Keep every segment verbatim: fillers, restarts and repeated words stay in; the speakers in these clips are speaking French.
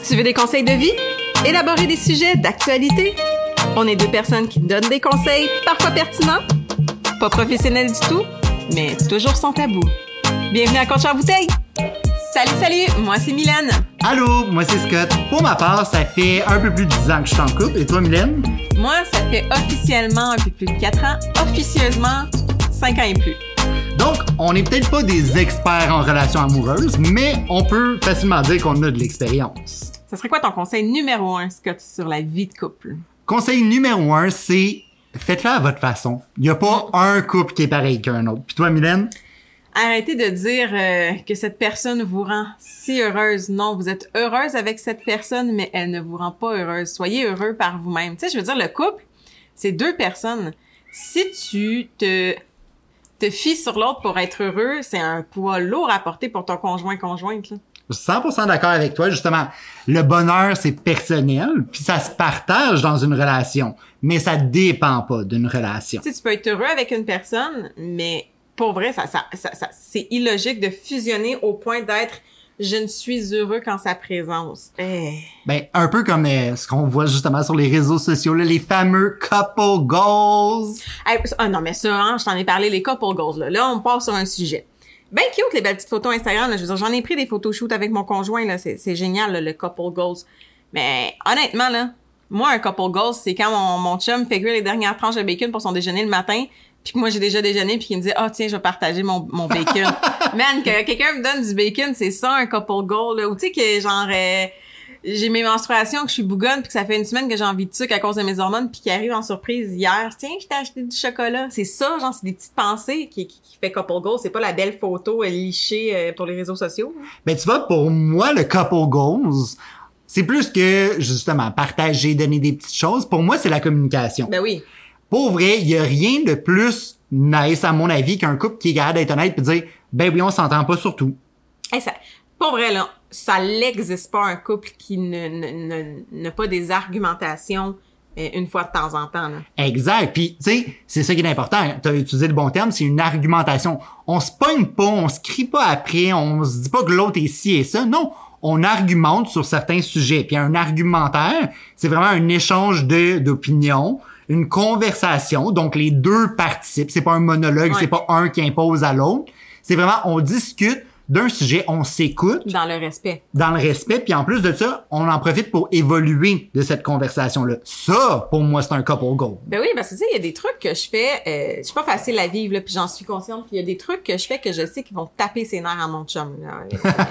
Tu veux des conseils de vie? Élaborer des sujets d'actualité? On est deux personnes qui donnent des conseils, parfois pertinents, pas professionnels du tout, mais toujours sans tabou. Bienvenue à Coach en bouteille! Salut, salut! Moi, c'est Mylène. Allô, moi, c'est Scott. Pour ma part, ça fait un peu plus de dix ans que je suis en couple. Et toi, Mylène? Moi, ça fait officiellement un peu plus de quatre ans. Officieusement, cinq ans et plus. Donc, on n'est peut-être pas des experts en relations amoureuses, mais on peut facilement dire qu'on a de l'expérience. Ça serait quoi ton conseil numéro un, Scott, sur la vie de couple? Conseil numéro un, c'est faites-le à votre façon. Il n'y a pas mm. un couple qui est pareil qu'un autre. Puis toi, Mylène? Arrêtez de dire euh, que cette personne vous rend si heureuse. Non, vous êtes heureuse avec cette personne, mais elle ne vous rend pas heureuse. Soyez heureux par vous-même. Tu sais, je veux dire, le couple, c'est deux personnes. Si tu te, te fies sur l'autre pour être heureux, c'est un poids lourd à porter pour ton conjoint-conjointe, là. Je suis cent pour cent d'accord avec toi. Justement, le bonheur, c'est personnel, puis ça se partage dans une relation, mais ça dépend pas d'une relation. Tu sais, tu peux être heureux avec une personne, mais pour vrai, ça, ça, ça, ça, c'est illogique de fusionner au point d'être « je ne suis heureux qu'en sa présence ». Eh. Ben, un peu comme euh, ce qu'on voit justement sur les réseaux sociaux, là, les fameux couple goals. Eh, ah non, mais ça, hein, je t'en ai parlé, les couple goals. Là, là on part sur un sujet. Ben cute, les belles petites photos Instagram. Là. Je veux dire, j'en ai pris des photoshoots avec mon conjoint. Là, c'est, c'est génial, là, le couple goals. Mais honnêtement, là, moi, un couple goals, c'est quand mon, mon chum fait cuire les dernières tranches de bacon pour son déjeuner le matin, puis que moi, j'ai déjà déjeuné, puis qu'il me dit « Ah, oh, tiens, je vais partager mon, mon bacon. » Man, que quelqu'un me donne du bacon, c'est ça, un couple goal. Là. Ou tu sais que genre... Euh, j'ai mes menstruations, que je suis bougonne, puis que ça fait une semaine que j'ai envie de sucre à cause de mes hormones, puis qui arrive en surprise hier. Tiens, je t'ai acheté du chocolat. C'est ça, genre, c'est des petites pensées qui, qui, qui fait couple goals. C'est pas la belle photo euh, lichée euh, pour les réseaux sociaux. Ben, tu vois, pour moi, le couple goals, c'est plus que, justement, partager, donner des petites choses. Pour moi, c'est la communication. Ben oui. Pour vrai, il y a rien de plus nice, à mon avis, qu'un couple qui est capable d'être honnête et de dire, ben oui, on s'entend pas sur tout. Hey, ça, pour vrai, là, ça n'existe pas un couple qui ne, ne, ne, n'a pas des argumentations euh, une fois de temps en temps, là. Exact. Puis, tu sais, c'est ça qui est important. Tu as utilisé le bon terme, c'est une argumentation. On se pogne pas, on se crie pas après, on se dit pas que l'autre est ci et ça. Non, on argumente sur certains sujets. Puis un argumentaire, c'est vraiment un échange de d'opinions, une conversation. Donc, les deux participent. C'est pas un monologue, ouais. C'est pas un qui impose à l'autre. C'est vraiment, on discute d'un sujet, on s'écoute. Dans le respect. Dans le respect. Puis en plus de ça, on en profite pour évoluer de cette conversation-là. Ça, pour moi, c'est un couple goal. Ben oui, parce que tu sais, il y a des trucs que je fais, euh, c'est pas facile à vivre, là, puis j'en suis consciente. Puis il y a des trucs que je fais que je sais qu'ils vont taper ses nerfs à mon chum. Là.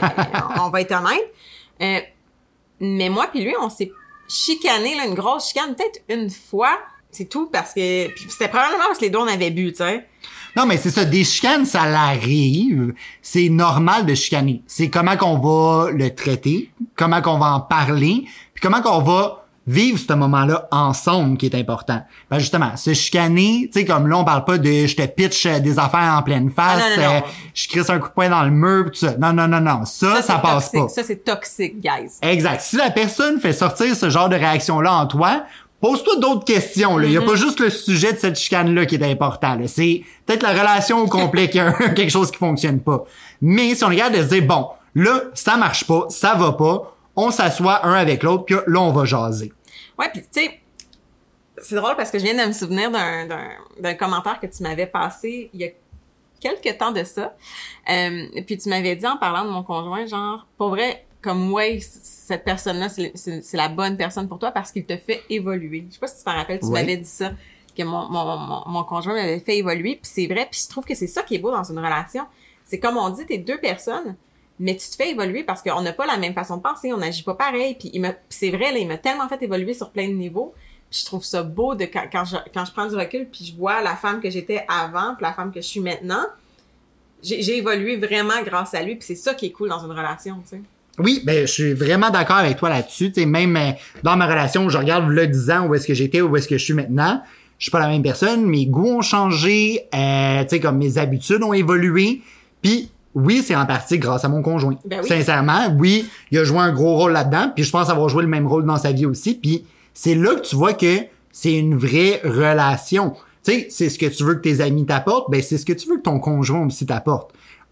on va être honnête. Euh, mais moi puis lui, on s'est chicané, là, une grosse chicane, peut-être une fois. C'est tout parce que... Puis c'était probablement parce que les deux, on avait bu, tu sais. Non, mais c'est ça, des chicanes, ça l'arrive. C'est normal de chicaner. C'est comment qu'on va le traiter, comment qu'on va en parler, puis comment qu'on va vivre ce moment-là ensemble qui est important. Ben justement, se chicaner, tu sais, comme là, on parle pas de je te pitch des affaires en pleine face, ah, non, non, non. Euh, je crisse un coup de poing dans le mur, tout ça. Non, non, non, non. Ça, ça, ça passe toxique. pas. Ça, c'est toxique, guys. Exact. Si la personne fait sortir ce genre de réaction-là en toi, pose-toi d'autres questions, là. Il mm-hmm. y a pas juste le sujet de cette chicane-là qui est important, là. C'est peut-être la relation au complet qui a quelque chose qui fonctionne pas. Mais si on regarde de se dire, bon, là, ça marche pas, ça va pas, on s'assoit un avec l'autre, puis là, on va jaser. Ouais, puis tu sais, c'est drôle parce que je viens de me souvenir d'un, d'un, d'un commentaire que tu m'avais passé il y a quelques temps de ça. Euh, puis tu m'avais dit en parlant de mon conjoint, genre, pour vrai, comme ouais, cette personne-là, c'est, c'est, c'est la bonne personne pour toi parce qu'il te fait évoluer. Je sais pas si tu t'en rappelles, tu oui. m'avais dit ça, que mon, mon, mon, mon conjoint m'avait fait évoluer, puis c'est vrai, puis je trouve que c'est ça qui est beau dans une relation. C'est comme on dit, t'es deux personnes, mais tu te fais évoluer parce qu'on n'a pas la même façon de penser, on n'agit pas pareil, puis il m'a, puis c'est vrai, là, il m'a tellement fait évoluer sur plein de niveaux. Je trouve ça beau de quand, quand je quand je prends du recul, puis je vois la femme que j'étais avant, puis la femme que je suis maintenant. J'ai, j'ai évolué vraiment grâce à lui, puis c'est ça qui est cool dans une relation, tu sais. Oui, ben je suis vraiment d'accord avec toi là-dessus. Tu sais, même euh, dans ma relation, je regarde le dix ans où est-ce que j'étais, où est-ce que je suis maintenant. Je suis pas la même personne, mes goûts ont changé, euh, tu sais, comme mes habitudes ont évolué. Puis oui, c'est en partie grâce à mon conjoint. Ben oui. Sincèrement, oui, il a joué un gros rôle là-dedans. Puis je pense avoir joué le même rôle dans sa vie aussi. Puis c'est là que tu vois que c'est une vraie relation. Tu sais, c'est ce que tu veux que tes amis t'apportent, ben c'est ce que tu veux que ton conjoint aussi t'apporte.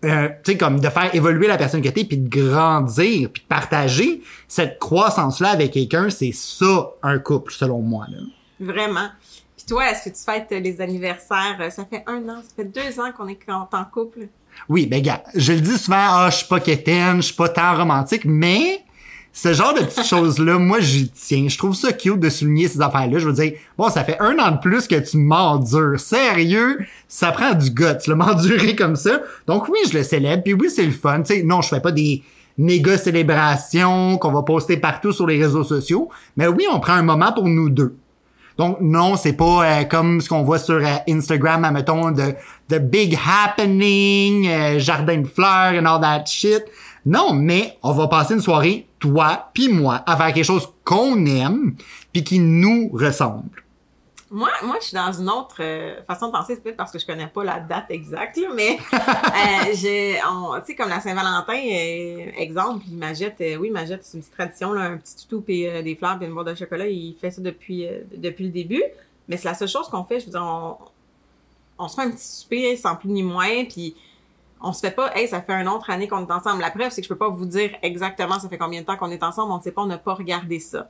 euh, tu sais, comme de faire évoluer la personne que t'es, puis de grandir, puis de partager cette croissance-là avec quelqu'un, c'est ça, un couple, selon moi, là. Vraiment. Puis toi, est-ce que tu fêtes les anniversaires? Ça fait un an, ça fait deux ans qu'on est en couple. Oui, ben gars, je le dis souvent, ah, je suis pas quétaine, je suis pas tant romantique, mais ce genre de petites choses-là, moi, j'y tiens. Je trouve ça cute de souligner ces affaires-là. Je veux dire, bon, ça fait un an de plus que tu m'endures. Sérieux, ça prend du guts, le m'endurer comme ça. Donc oui, je le célèbre, puis oui, c'est le fun. Tu sais, non, je fais pas des méga célébrations qu'on va poster partout sur les réseaux sociaux, mais oui, on prend un moment pour nous deux. Donc non, c'est pas euh, comme ce qu'on voit sur euh, Instagram, admettons, de de big happening, euh, jardin de fleurs and all that shit. Non, mais on va passer une soirée, toi puis moi, à faire quelque chose qu'on aime puis qui nous ressemble. Moi, moi, je suis dans une autre euh, façon de penser, c'est peut-être parce que je connais pas la date exacte, là, mais euh, j'ai, on, tu sais, comme la Saint-Valentin, euh, exemple, il m'achète, euh, oui, il m'achète, c'est une petite tradition, là, un petit toutou puis euh, des fleurs puis une boîte de chocolat, il fait ça depuis euh, depuis le début, mais c'est la seule chose qu'on fait, je veux dire, on, on se fait un petit souper sans plus ni moins, puis on se fait pas, hey, ça fait une autre année qu'on est ensemble. La preuve, c'est que je peux pas vous dire exactement ça fait combien de temps qu'on est ensemble, on ne sait pas, on n'a pas regardé ça.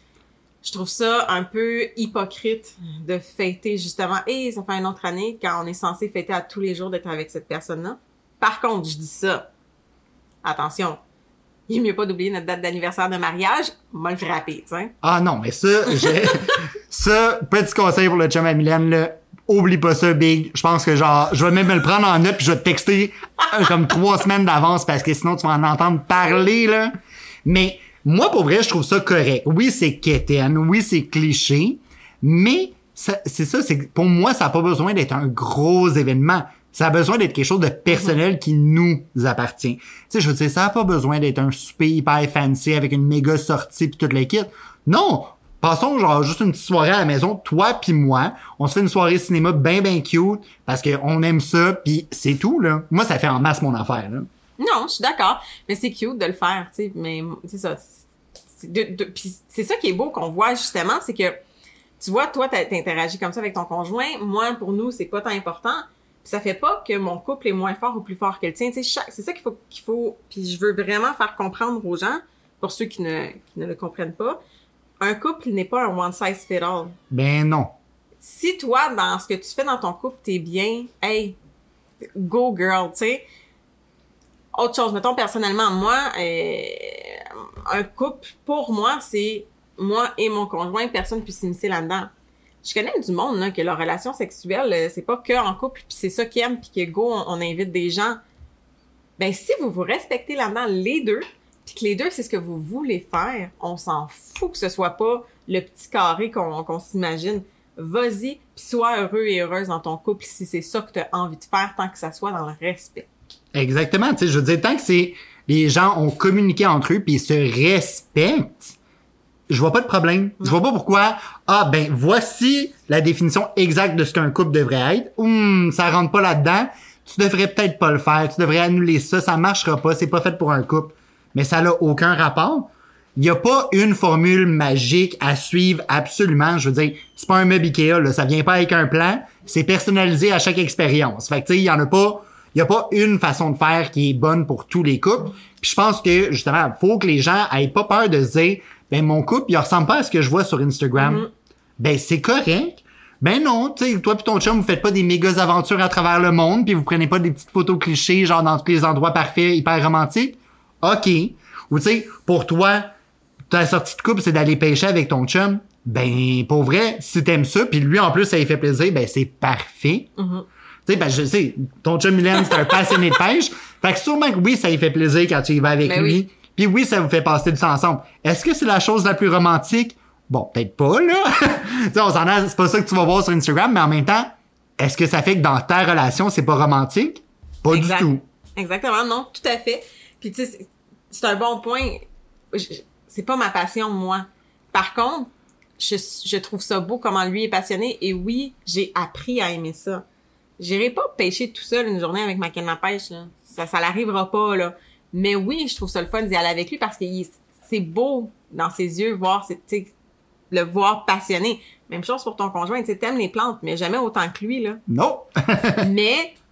Je trouve ça un peu hypocrite de fêter justement, hey, ça fait une autre année quand on est censé fêter à tous les jours d'être avec cette personne-là. Par contre, je dis ça. Attention. Il est mieux pas d'oublier notre date d'anniversaire de mariage. M'a le frappé, tu sais. Ah non, mais ça, j'ai, ça, petit conseil pour le chum à Mylène, là. Oublie pas ça, Big. Je pense que genre, je vais même me le prendre en note puis je vais te texter euh, comme trois semaines d'avance parce que sinon tu vas en entendre parler, là. Mais, moi, pour vrai, je trouve ça correct. Oui, c'est quétaine. Oui, c'est cliché. Mais, ça, c'est ça, c'est que pour moi, ça n'a pas besoin d'être un gros événement. Ça a besoin d'être quelque chose de personnel qui nous appartient. Tu sais, je veux dire, ça n'a pas besoin d'être un souper hyper fancy avec une méga sortie pis toute l'équipe. Non! Passons genre juste une petite soirée à la maison, toi pis moi. On se fait une soirée cinéma ben ben cute parce qu'on aime ça pis c'est tout, là. Moi, ça fait en masse mon affaire, là. Non, je suis d'accord. Mais c'est cute de le faire, tu sais. Mais c'est ça. C'est, de, de, puis c'est ça qui est beau qu'on voit, justement, c'est que, tu vois, toi, t'interagis comme ça avec ton conjoint. Moi, pour nous, c'est pas tant important. Puis ça fait pas que mon couple est moins fort ou plus fort que le tien. Tu sais, chaque, c'est ça qu'il faut, qu'il faut... Puis je veux vraiment faire comprendre aux gens, pour ceux qui ne, qui ne le comprennent pas, un couple n'est pas un one size fit all. Ben non. Si toi, dans ce que tu fais dans ton couple, t'es bien, hey, go girl, tu sais. Autre chose, mettons personnellement, moi, euh, un couple, pour moi, c'est moi et mon conjoint, personne ne peut s'immiscer là-dedans. Je connais du monde là que leur relation sexuelle, c'est pas que en couple, puis c'est ça qu'ils aiment, puis que go, on, on invite des gens. Ben si vous vous respectez là-dedans les deux, puis que les deux, c'est ce que vous voulez faire, on s'en fout que ce soit pas le petit carré qu'on, qu'on s'imagine. Vas-y, puis sois heureux et heureuse dans ton couple si c'est ça que tu as envie de faire, tant que ça soit dans le respect. Exactement, tu sais, je veux dire, tant que c'est les gens ont communiqué entre eux puis ils se respectent, je vois pas de problème. Je vois pas pourquoi, ah ben, voici la définition exacte de ce qu'un couple devrait être. Hum, ça rentre pas là-dedans. Tu devrais peut-être pas le faire. Tu devrais annuler ça. Ça marchera pas. C'est pas fait pour un couple. Mais ça n'a aucun rapport. Il y a pas une formule magique à suivre absolument. Je veux dire, c'est pas un meuble Ikea, là. Ça vient pas avec un plan. C'est personnalisé à chaque expérience. Fait que, tu sais, il y en a pas, il y a pas une façon de faire qui est bonne pour tous les couples. Puis je pense que, justement, faut que les gens aient pas peur de se dire, ben, mon couple, il ressemble pas à ce que je vois sur Instagram. Mm-hmm. Ben, c'est correct. Ben non, tu sais, toi pis ton chum, vous faites pas des méga aventures à travers le monde puis vous prenez pas des petites photos clichés, genre dans tous les endroits parfaits, hyper romantiques. OK. Ou tu sais, pour toi, ta sortie de couple, c'est d'aller pêcher avec ton chum. Ben, pour vrai, si t'aimes ça, puis lui, en plus, ça lui fait plaisir, ben, c'est parfait. Mm-hmm. Tu sais, ben, je sais, ton chum Mylène, c'est un passionné de pêche. Fait que sûrement que oui, ça lui fait plaisir quand tu y vas avec ben lui. Oui. Puis oui, ça vous fait passer du temps ensemble. Est-ce que c'est la chose la plus romantique? Bon, peut-être pas, là. Tu sais, on s'en a, c'est pas ça que tu vas voir sur Instagram, mais en même temps, est-ce que ça fait que dans ta relation, c'est pas romantique? Pas exact. Du tout. Exactement, non, tout à fait. Puis tu sais, c'est, c'est un bon point. Je, c'est pas ma passion, moi. Par contre, je, je trouve ça beau comment lui est passionné. Et oui, j'ai appris à aimer ça. J'irai pas pêcher tout seul une journée avec ma canne à pêche, là. Ça, ça l'arrivera pas, là. Mais oui, je trouve ça le fun d'y aller avec lui parce que il, c'est beau dans ses yeux voir, c'est, tu sais, le voir passionné. Même chose pour ton conjoint, tu sais, t'aimes les plantes, mais jamais autant que lui, là. Non! Mais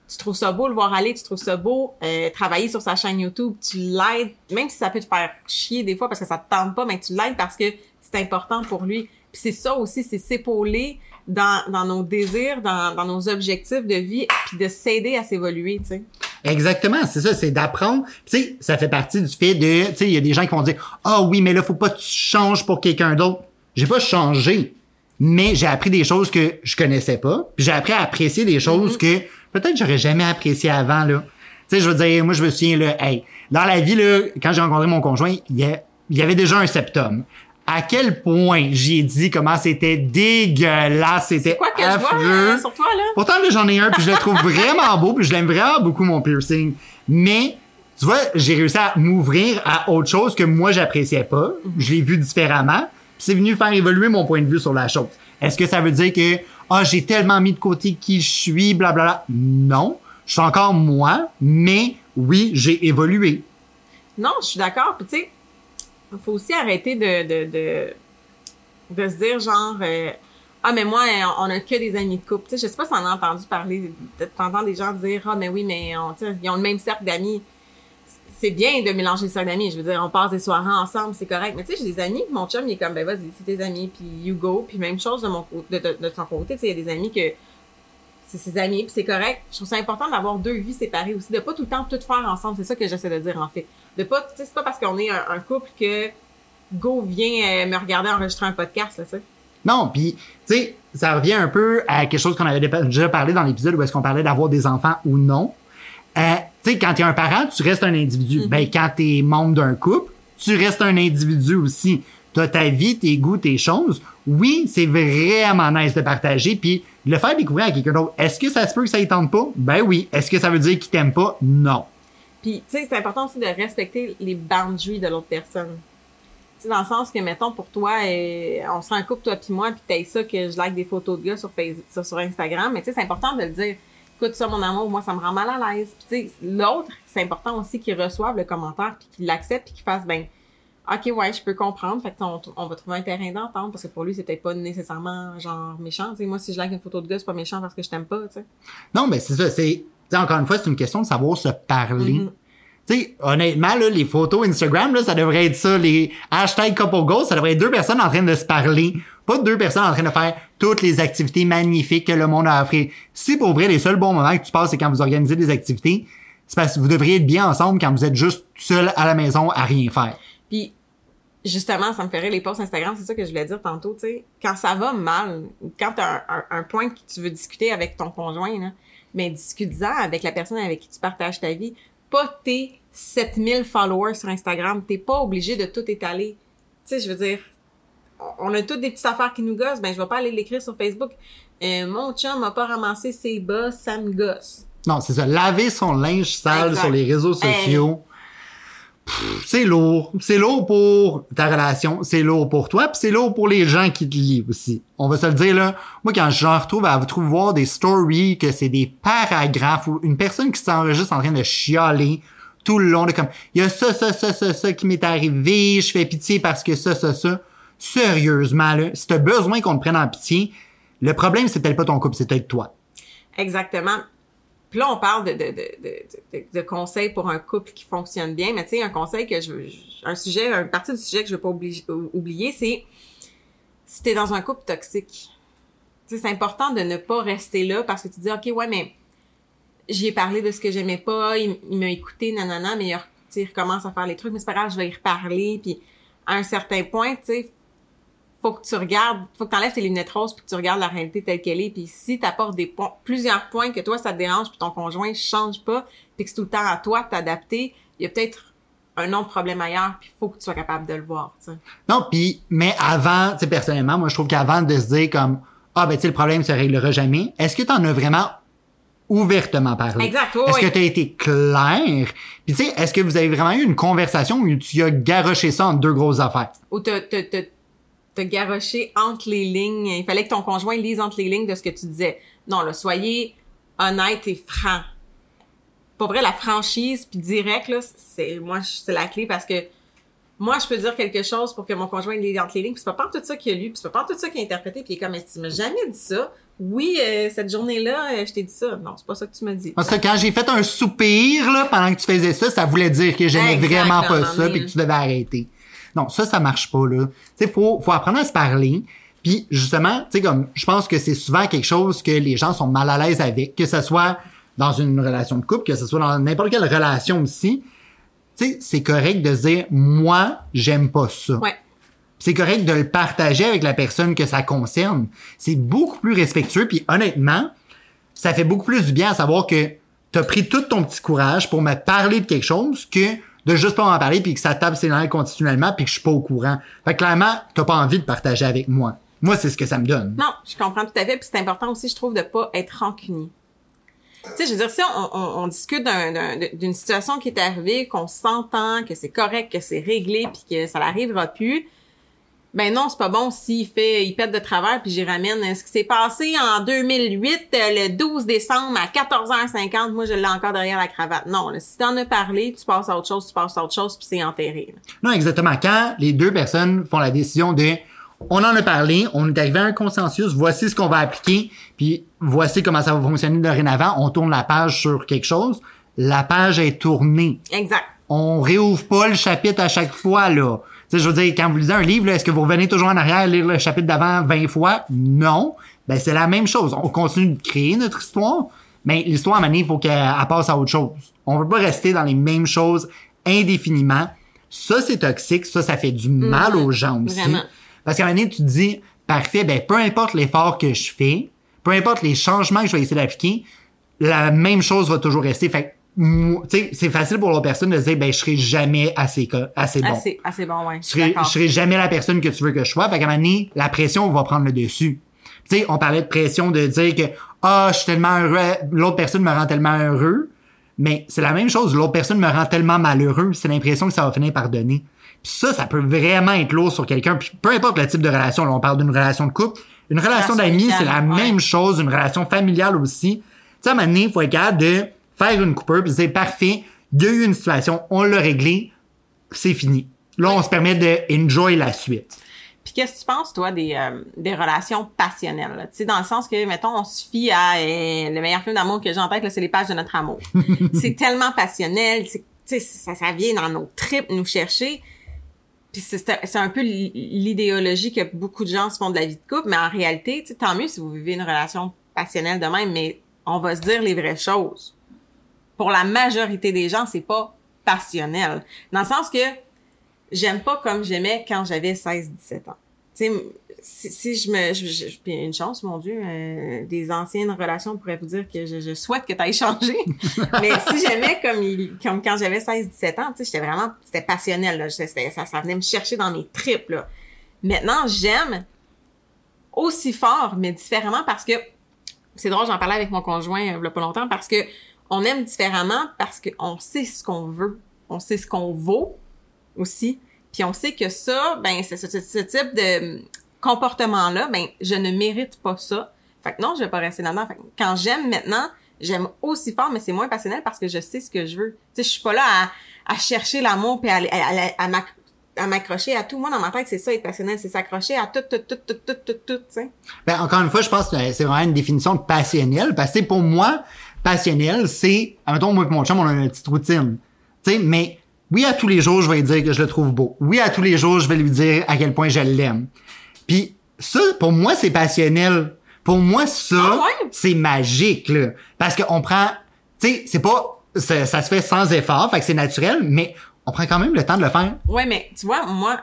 tu trouves ça beau le voir aller, tu trouves ça beau euh, travailler sur sa chaîne YouTube, tu l'aides, même si ça peut te faire chier des fois parce que ça te tente pas, mais tu l'aides parce que c'est important pour lui. Puis c'est ça aussi, c'est s'épauler dans, dans nos désirs, dans, dans nos objectifs de vie, puis de s'aider à s'évoluer, tu sais. Exactement, c'est ça, c'est d'apprendre. Tu sais, ça fait partie du fait de, tu sais, il y a des gens qui vont dire, ah oui, mais là, faut pas que tu changes pour quelqu'un d'autre. J'ai pas changé, mais j'ai appris des choses que je connaissais pas, puis j'ai appris à apprécier des choses mm-hmm. que peut-être j'aurais jamais apprécié avant, là. Tu sais, je veux dire, moi, je me souviens, là, hey, dans la vie, là, quand j'ai rencontré mon conjoint, il y, a, il y avait déjà un septum. À quel point j'ai dit comment c'était dégueulasse, c'était quoi que affreux. Je vois, hein, sur toi, là? Pourtant, là, j'en ai un, puis je le trouve vraiment beau, puis je l'aime vraiment beaucoup, mon piercing. Mais, tu vois, j'ai réussi à m'ouvrir à autre chose que moi, j'appréciais pas. Je l'ai vu différemment. Puis c'est venu faire évoluer mon point de vue sur la chose. Est-ce que ça veut dire que, ah, j'ai tellement mis de côté qui je suis, blablabla? Non. Je suis encore moi, mais oui, j'ai évolué. Non, je suis d'accord. Puis tu sais, il faut aussi arrêter de, de, de, de se dire genre, euh, ah, mais moi, on a que des amis de couple. Tu sais, je sais pas si on a entendu parler, t'entends des gens dire, ah, mais oui, mais on, ils ont le même cercle d'amis. C'est bien de mélanger le cercle d'amis. Je veux dire, on passe des soirées ensemble, c'est correct. Mais tu sais, j'ai des amis, mon chum, il est comme, ben vas-y, c'est tes amis, puis you go. Puis même chose de mon de, de, de ton côté, tu sais, il y a des amis que c'est ses amis, puis c'est correct. Je trouve ça important d'avoir deux vies séparées aussi, de pas tout le temps tout faire ensemble. C'est ça que j'essaie de dire, en fait. De pas, tu sais, c'est pas parce qu'on est un, un couple que go vient euh, me regarder enregistrer un podcast, là, tu sais. Non, puis tu sais, ça revient un peu à quelque chose qu'on avait déjà parlé dans l'épisode où est-ce qu'on parlait d'avoir des enfants ou non. Euh, tu sais, quand t'es un parent, tu restes un individu. Mm-hmm. Ben, quand t'es membre d'un couple, tu restes un individu aussi. T'as ta vie, tes goûts, tes choses. Oui, c'est vraiment nice de partager, puis le faire découvrir à quelqu'un d'autre. Est-ce que ça se peut que ça y tente pas? Ben oui. Est-ce que ça veut dire qu'il t'aime pas? Non. Puis, tu sais, c'est important aussi de respecter les boundaries de l'autre personne. Tu sais, dans le sens que, mettons, pour toi, euh, on se rend en couple, toi puis moi, puis t'as ça que je like des photos de gars sur Facebook, sur, sur Instagram, mais tu sais, c'est important de le dire. Écoute ça, mon amour, moi, ça me rend mal à l'aise. Puis, tu sais, l'autre, c'est important aussi qu'il reçoive le commentaire, puis qu'il l'accepte, puis qu'il fasse, ben, OK, ouais, je peux comprendre. Fait que on, on va trouver un terrain d'entente, parce que pour lui, c'est peut-être pas nécessairement, genre, méchant. Tu sais, moi, si je like une photo de gars, c'est pas méchant parce que je t'aime pas, tu sais. Non, mais c'est ça, c'est, tu sais, encore une fois, c'est une question de savoir se parler. Mm-hmm. Tu sais, honnêtement, là, les photos Instagram, là, ça devrait être ça, les hashtags couple goals, ça devrait être deux personnes en train de se parler. Pas deux personnes en train de faire toutes les activités magnifiques que le monde a offert. Si pour vrai, les seuls bons moments que tu passes, c'est quand vous organisez des activités, c'est parce que vous devriez être bien ensemble quand vous êtes juste seul à la maison à rien faire. Puis, justement, ça me ferait les posts Instagram, c'est ça que je voulais dire tantôt, tu sais. Quand ça va mal, quand t'as un, un, un point que tu veux discuter avec ton conjoint, là, mais discute-en avec la personne avec qui tu partages ta vie. Pas tes sept mille followers sur Instagram. T'es pas obligé de tout étaler. Tu sais, je veux dire, on a toutes des petites affaires qui nous gossent, ben je vais pas aller l'écrire sur Facebook. Euh, mon chum m'a pas ramassé ses bas, ça me gosse. Non, c'est ça. Laver son linge sale exact. Sur les réseaux sociaux, euh... pff, c'est lourd. C'est lourd pour ta relation, c'est lourd pour toi, puis c'est lourd pour les gens qui te lient aussi. On va se le dire, là. Moi, quand j'en retrouve à vous trouver voir des stories, que c'est des paragraphes ou une personne qui s'enregistre en train de chialer tout le long de comme, il y a ça, ça, ça, ça, ça qui m'est arrivé, je fais pitié parce que ça, ça, ça. Sérieusement, là, si t'as besoin qu'on te prenne en pitié, le problème, c'est peut-être pas ton couple, c'est peut-être toi. Exactement. Puis là, on parle de, de, de, de, de, de conseils pour un couple qui fonctionne bien, mais tu sais, un conseil que je veux, un sujet, une partie du sujet que je veux pas oublier, oublier, c'est si t'es dans un couple toxique. Tu sais, c'est important de ne pas rester là parce que tu dis, OK, ouais, mais j'y ai parlé de ce que j'aimais pas, il, il m'a écouté, nanana, mais il, il recommence à faire les trucs, mais c'est pas grave, je vais y reparler, puis à un certain point, tu sais, faut que tu regardes, faut que t'enlèves tes lunettes roses puis que tu regardes la réalité telle qu'elle est, puis si t'apportes des points, plusieurs points que toi ça te dérange puis ton conjoint change pas, puis que c'est tout le temps à toi de t'adapter, il y a peut-être un autre problème ailleurs, puis faut que tu sois capable de le voir, tu sais. Non, puis mais avant, tu sais, personnellement, moi je trouve qu'avant de se dire comme ah ben tu sais le problème se réglera jamais, est-ce que t'en as vraiment ouvertement parlé? Exact, oui. Est-ce que t'as été clair? Puis tu sais, est-ce que vous avez vraiment eu une conversation où tu as garoché ça en deux grosses affaires? Ou t'as, t'as, t'as te garocher entre les lignes. Il fallait que ton conjoint lise entre les lignes de ce que tu disais. Non, là, soyez honnête et franc. Pas vrai, la franchise puis direct, là, c'est, moi, c'est la clé parce que moi, je peux dire quelque chose pour que mon conjoint lit entre les lignes, puis c'est pas tout ça qu'il a lu, puis c'est pas tout ça qu'il a interprété, puis il est comme, mais tu m'as jamais dit ça. Oui, euh, cette journée-là, euh, je t'ai dit ça. Non, c'est pas ça que tu m'as dit. Parce que quand j'ai fait un soupir, là, pendant que tu faisais ça, ça voulait dire que j'aimais Exact, vraiment là, pas non, ça, mais- puis que tu devais arrêter. Non, ça, ça marche pas, là. Tu sais, faut, faut apprendre à se parler. Puis, justement, tu sais, comme, je pense que c'est souvent quelque chose que les gens sont mal à l'aise avec, que ce soit dans une relation de couple, que ce soit dans n'importe quelle relation aussi. Tu sais, c'est correct de se dire, moi, j'aime pas ça. Ouais. C'est correct de le partager avec la personne que ça concerne. C'est beaucoup plus respectueux, puis honnêtement, ça fait beaucoup plus du bien à savoir que t'as pris tout ton petit courage pour me parler de quelque chose que de juste pas m'en parler puis que ça tape ses nerfs continuellement puis que je suis pas au courant. Fait que clairement, t'as pas envie de partager avec moi. Moi, c'est ce que ça me donne. Non, je comprends tout à fait, puis c'est important aussi, je trouve, de pas être rancunier. Tu sais, je veux dire, si on, on, on discute d'un, d'un, d'une situation qui est arrivée, qu'on s'entend, que c'est correct, que c'est réglé, puis que ça n'arrivera plus, ben non, c'est pas bon s'il fait, il pète de travers, puis j'y ramène ce qui s'est passé en deux mille huit, le douze décembre à quatorze heures cinquante, moi je l'ai encore derrière la cravate. Non, là, si t'en as parlé, tu passes à autre chose, tu passes à autre chose, puis c'est enterré. Là. Non, exactement. Quand les deux personnes font la décision de on en a parlé, on est arrivé à un consensus, voici ce qu'on va appliquer, puis voici comment ça va fonctionner dorénavant, on tourne la page sur quelque chose, la page est tournée. Exact. On réouvre pas le chapitre à chaque fois, là. Tu sais, je veux dire, quand vous lisez un livre, là, est-ce que vous revenez toujours en arrière lire le chapitre d'avant vingt fois? Non. Ben, c'est la même chose. On continue de créer notre histoire, mais l'histoire, à un moment donné, il faut qu'elle elle passe à autre chose. On peut pas rester dans les mêmes choses indéfiniment. Ça, c'est toxique. Ça, ça fait du mal Mmh, aux gens aussi. vraiment. Parce qu'à un moment donné, tu te dis, parfait, ben, peu importe l'effort que je fais, peu importe les changements que je vais essayer d'appliquer, la même chose va toujours rester. Fait que, moi, tu sais, c'est facile pour l'autre personne de se dire, ben, je serai jamais assez, co- assez bon. Assez, assez bon, ouais. Je serai, je serai jamais la personne que tu veux que je sois. Fait qu'à un moment donné, la pression va prendre le dessus. Tu sais, on parlait de pression de dire que, ah, je suis tellement heureux, l'autre personne me rend tellement heureux. Mais c'est la même chose, l'autre personne me rend tellement malheureux. C'est l'impression que ça va finir par donner. Puis ça, ça peut vraiment être lourd sur quelqu'un. Puis peu importe le type de relation, là, on parle d'une relation de couple. Une relation Relation d'amis, c'est la amicale, ouais. même chose. Une relation familiale aussi. Tu sais, à un moment donné, il faut être capable de faire une coupure puis se dire, parfait, il y a eu une situation, on l'a réglé, c'est fini. Là, on se permet de enjoy la suite. Puis qu'est-ce que tu penses, toi, des, euh, des relations passionnelles? là? Tu sais, dans le sens que, mettons, on se fie à euh, le meilleur film d'amour que j'ai en tête, là, c'est Les pages de notre amour. C'est tellement passionnel, c'est, tu sais, ça, ça vient dans nos tripes nous chercher. Puis c'est, c'est un peu l'idéologie que beaucoup de gens se font de la vie de couple, mais en réalité, tu sais, tant mieux si vous vivez une relation passionnelle de même, mais on va se dire les vraies choses. Pour la majorité des gens, c'est pas passionnel. Dans le sens que j'aime pas comme j'aimais quand j'avais seize dix-sept ans. Tu sais, si, si je me... Je, je, puis une chance, mon Dieu, euh, des anciennes relations pourraient vous dire que je, je souhaite que tu ailles changer. Mais si j'aimais comme, il, comme quand j'avais seize dix-sept ans, tu sais, j'étais vraiment... C'était passionnel, là. C'était, ça, ça venait me chercher dans mes tripes, là. Maintenant, j'aime aussi fort, mais différemment parce que... C'est drôle, j'en parlais avec mon conjoint euh, il y a pas longtemps, parce que on aime différemment parce qu'on sait ce qu'on veut. On sait ce qu'on vaut aussi. Puis on sait que ça, ben, c'est ce, ce, ce type de comportement-là, ben, je ne mérite pas ça. Fait que non, je vais pas rester là-dedans. Fait que quand j'aime maintenant, j'aime aussi fort, mais c'est moins passionnel parce que je sais ce que je veux. Tu sais, je suis pas là à, à chercher l'amour puis à, à, à, à, m'ac- à m'accrocher à tout. Moi, dans ma tête, c'est ça, être passionnel, c'est s'accrocher à tout, tout, tout, tout, tout, tout, tout, tu sais. Ben, encore une fois, je pense que c'est vraiment une définition de passionnel, parce que pour moi, passionnel, c'est, admettons, moi et mon chum, on a une petite routine. Tu sais, mais oui, à tous les jours, je vais lui dire que je le trouve beau. Oui, à tous les jours, je vais lui dire à quel point je l'aime. Puis ça, pour moi, c'est passionnel. Pour moi, ça, Ah ouais? c'est magique, là. Parce qu'on prend, tu sais, c'est pas, ça, ça se fait sans effort, fait que c'est naturel, mais on prend quand même le temps de le faire. Ouais, mais tu vois, moi,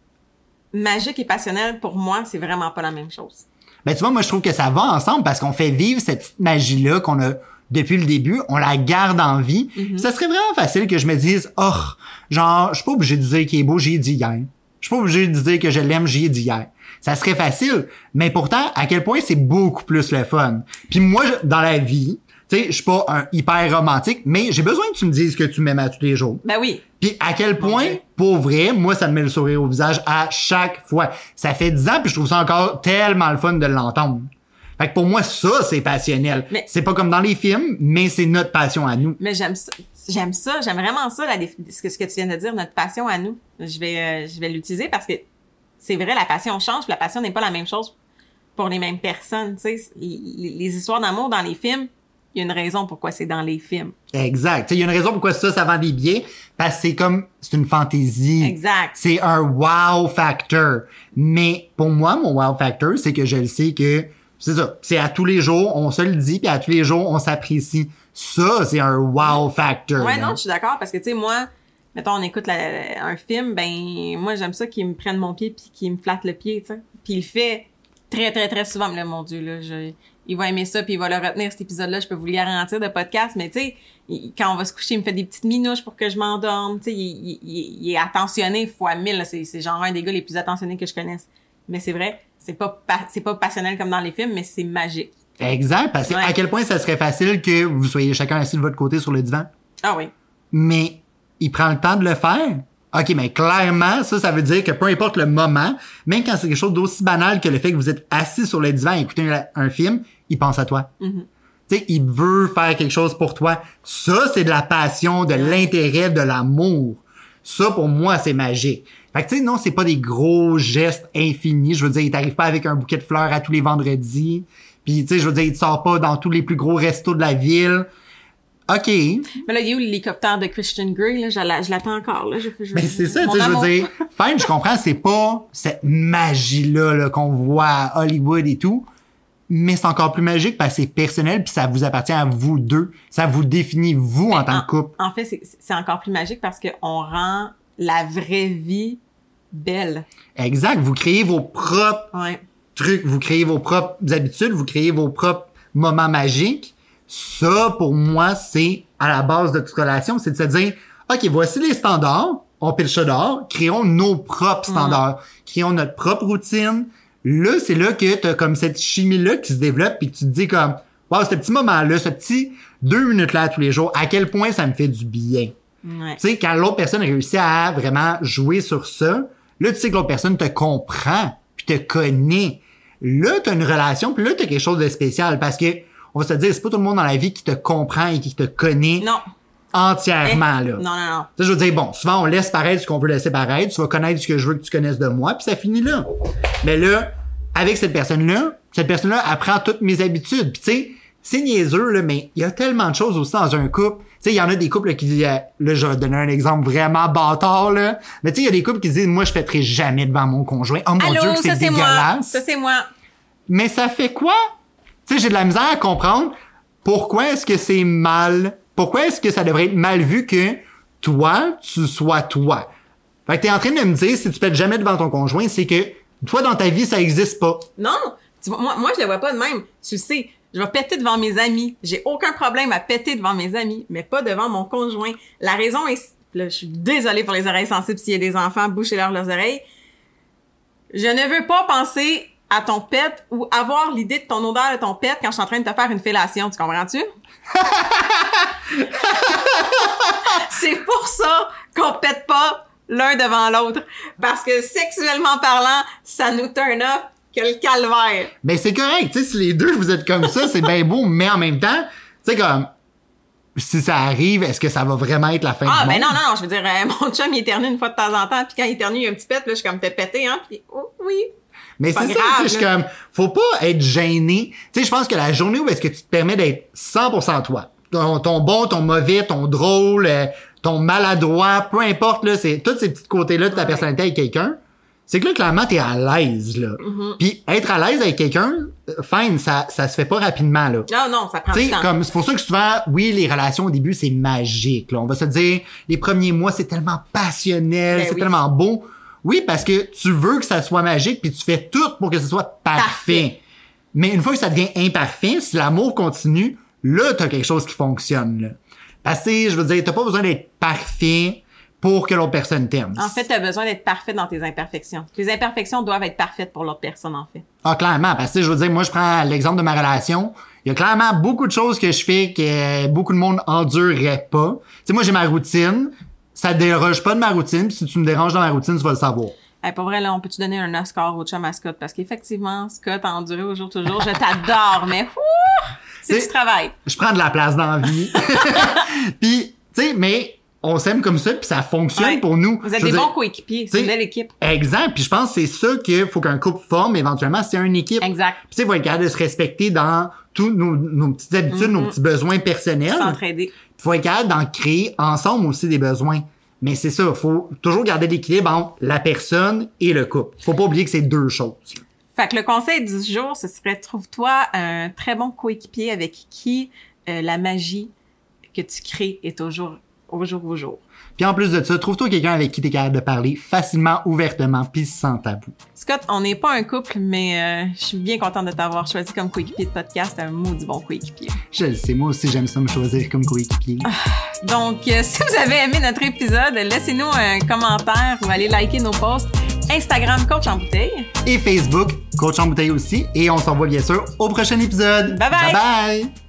magique et passionnel, pour moi, c'est vraiment pas la même chose. Ben, tu vois, moi, je trouve que ça va ensemble parce qu'on fait vivre cette petite magie-là qu'on a depuis le début, on la garde en vie. Mm-hmm. Ça serait vraiment facile que je me dise, oh, genre, je suis pas obligé de dire qu'il est beau, j'y ai dit hier. Je suis pas obligé de dire que je l'aime, j'y ai dit hier. Ça serait facile. Mais pourtant, à quel point c'est beaucoup plus le fun. Puis moi, dans la vie, tu sais, je suis pas un hyper romantique, mais j'ai besoin que tu me dises que tu m'aimes à tous les jours. Ben oui. Puis à quel point, Okay. pour vrai, moi, ça me met le sourire au visage à chaque fois. Ça fait dix ans, puis je trouve ça encore tellement le fun de l'entendre. Fait que pour moi, ça, c'est passionnel. Mais- c'est pas comme dans les films, mais c'est notre passion à nous. Mais j'aime ça. j'aime ça, j'aime vraiment ça, la défi- ce, que, ce que tu viens de dire, notre passion à nous. Je vais, euh, je vais l'utiliser parce que c'est vrai, la passion change, puis la passion n'est pas la même chose pour les mêmes personnes, tu sais. Les, les histoires d'amour dans les films, il y a une raison pourquoi c'est dans les films. Exact. Il y a une raison pourquoi ça, ça vend des billets, parce que c'est comme, c'est une fantaisie. Exact. C'est un wow factor. Mais pour moi, mon wow factor, c'est que je le sais que, c'est ça, c'est à tous les jours, on se le dit, puis à tous les jours, on s'apprécie. Ça, c'est un wow factor. Ouais, là. non, je suis d'accord, parce que, tu sais, moi, mettons, on écoute la, un film, ben, moi, j'aime ça qu'il me prenne mon pied puis qu'il me flatte le pied, tu sais. Puis il le fait très, très, très souvent. Mais là, mon Dieu, là, je, il va aimer ça puis il va le retenir, cet épisode-là, je peux vous le garantir, de podcast. Mais, tu sais, il- quand on va se coucher, il me fait des petites minouches pour que je m'endorme. Tu sais, il, il, il, il est attentionné fois mille, là. C'est, c'est genre un des gars les plus attentionnés que je connaisse. Mais c'est vrai, c'est pas, pa- c'est pas passionnel comme dans les films, mais c'est magique. Exact. Parce que Ouais. à quel point ça serait facile que vous soyez chacun assis de votre côté sur le divan. Ah oui. Mais il prend le temps de le faire. OK, mais clairement, ça, ça veut dire que peu importe le moment, même quand c'est quelque chose d'aussi banal que le fait que vous êtes assis sur le divan et écoutez un, un film, il pense à toi. Mm-hmm. Tu sais, il veut faire quelque chose pour toi. Ça, c'est de la passion, de l'intérêt, de l'amour. Ça, pour moi, c'est magique. Fait que, tu sais, non, c'est pas des gros gestes infinis. Je veux dire, il t'arrive pas avec un bouquet de fleurs à tous les vendredis. Puis, tu sais, je veux dire, il te sort pas dans tous les plus gros restos de la ville. OK. Mais là, il est où l'hélicoptère de Christian Grey, là? Je, la- je l'attends encore, là. Je, je, Mais c'est ça, mon tu sais, je amour. veux dire, fine, je comprends, c'est pas cette magie-là là, qu'on voit à Hollywood et tout, mais c'est encore plus magique parce que c'est personnel puis ça vous appartient à vous deux. Ça vous définit vous en tant que couple. En fait, c'est, c'est encore plus magique parce qu'on rend la vraie vie belle. Exact, vous créez vos propres Ouais. trucs, vous créez vos propres habitudes, vous créez vos propres moments magiques. Ça, pour moi, c'est à la base de toute relation, c'est de se dire, OK, voici les standards, on pitch ça dehors, créons nos propres standards, créons notre propre routine. Là, c'est là que t'as comme cette chimie-là qui se développe puis que tu te dis comme, wow, ce petit moment-là, ce petit deux minutes-là tous les jours, à quel point ça me fait du bien. Ouais. Tu sais, quand l'autre personne réussit à vraiment jouer sur ça, là, tu sais que l'autre personne te comprend puis te connaît. Là, t'as une relation puis là, t'as quelque chose de spécial parce que, on va se dire, c'est pas tout le monde dans la vie qui te comprend et qui te connaît Non. entièrement, Eh, là. Non, non, non. Tu sais, je veux dire, bon, souvent, on laisse paraître ce qu'on veut laisser paraître, tu vas connaître ce que je veux que tu connaisses de moi, puis ça finit là. Mais là, avec cette personne-là, cette personne-là apprend toutes mes habitudes. Puis tu sais, c'est niaiseux, là, mais il y a tellement de choses aussi dans un couple. Tu sais, il y en a des couples là, qui disent, euh, là, je vais donner un exemple vraiment bâtard, là. Mais tu sais, il y a des couples qui disent, moi, je pèterai jamais devant mon conjoint. Oh mon Allô, Dieu, que c'est ça c'est moi. dégueulasse. Ça c'est moi. Mais ça fait quoi? Tu sais, j'ai de la misère à comprendre pourquoi est-ce que c'est mal, pourquoi est-ce que ça devrait être mal vu que toi, tu sois toi. Fait que t'es en train de me dire, si tu pètes jamais devant ton conjoint, c'est que toi, dans ta vie, ça existe pas. Non. Tu vois, moi, moi, je le vois pas de même. Tu sais, je vais péter devant mes amis. J'ai aucun problème à péter devant mes amis, mais pas devant mon conjoint. La raison est, là, je suis désolée pour les oreilles sensibles s'il y a des enfants, bouchez-leur leurs oreilles. Je ne veux pas penser à ton pet ou avoir l'idée de ton odeur de ton pet quand je suis en train de te faire une fellation, tu comprends-tu? C'est pour ça qu'on pète pas l'un devant l'autre. Parce que sexuellement parlant, ça nous turn up que le calvaire. Ben, c'est correct, tu sais, si les deux, vous êtes comme ça, c'est bien beau, mais en même temps, tu sais, comme, si ça arrive, est-ce que ça va vraiment être la fin Ah, du ben monde? non, non, non, je veux dire, euh, mon chum, il éternue une fois de temps en temps, puis quand il éternue, il y a un petit pet, là, je suis comme, fait péter, hein, puis oh, oui. Mais Pas c'est ça, grave, tu sais, je suis là. comme, faut pas être gêné. Tu sais, je pense que la journée où est-ce que tu te permets d'être cent pour cent toi, ton, ton bon, ton mauvais, ton drôle, euh, ton maladroit, peu importe, là, c'est tous ces petits côtés-là de ta Ouais. personnalité avec quelqu'un, c'est que là, clairement, t'es à l'aise, là. Mm-hmm. Puis être à l'aise avec quelqu'un, euh, fine, ça, ça se fait pas rapidement, là. Non, non, ça prend Tu du sais, temps. comme, c'est pour ça que souvent, oui, les relations au début, c'est magique, là. On va se dire, les premiers mois, c'est tellement passionnel, Ben c'est oui. tellement beau. Oui, parce que tu veux que ça soit magique, puis tu fais tout pour que ce soit parfait. Parfait. Mais une fois que ça devient imparfait, si l'amour continue, là, t'as quelque chose qui fonctionne, là. Parce que, je veux dire, t'as pas besoin d'être parfait pour que l'autre personne t'aime. En fait, t'as besoin d'être parfait dans tes imperfections. Les imperfections doivent être parfaites pour l'autre personne, en fait. Ah, clairement, parce que je veux dire, moi, je prends l'exemple de ma relation. Il y a clairement beaucoup de choses que je fais que beaucoup de monde endurerait pas. Tu sais, moi, j'ai ma routine. Ça te déroge pas de ma routine. Puis si tu me déranges dans ma routine, tu vas le savoir. Hey, pour vrai, là, on peut-tu donner un Oscar au chum à Scott? Parce qu'effectivement, Scott a enduré au jour toujours. Je t'adore, mais ouh, c'est C'est- du travail. Je prends de la place dans la vie. Puis, Tu sais, mais on s'aime comme ça, puis ça fonctionne Ouais. pour nous. Vous êtes Je des veux bons dire, coéquipiers. C'est une t'sais, belle équipe. Exact. Puis je pense que c'est ça qu'il faut qu'un couple forme éventuellement, c'est une équipe. Exact. Puis tu sais, il faut être capable de se respecter dans tous nos, nos petites habitudes, Mm-hmm. nos petits besoins personnels. S'entraider. Il faut être capable d'en créer ensemble aussi des besoins. Mais c'est ça, il faut toujours garder l'équilibre entre la personne et le couple. Faut pas oublier que c'est deux choses. Fait que le conseil du jour, ce serait trouve-toi un très bon coéquipier avec qui euh, la magie que tu crées est toujours au jour au jour. Puis en plus de ça, trouve-toi quelqu'un avec qui tu es capable de parler facilement, ouvertement, puis sans tabou. Scott, on n'est pas un couple, mais euh, je suis bien contente de t'avoir choisi comme coéquipier de podcast, un maudit bon coéquipier. Je le sais, moi aussi j'aime ça me choisir comme coéquipier. Donc, euh, si vous avez aimé notre épisode, laissez-nous un commentaire ou allez liker nos posts. Instagram Coach en bouteille. Et Facebook, Coach en bouteille aussi. Et on se revoit bien sûr au prochain épisode. Bye bye! Bye bye!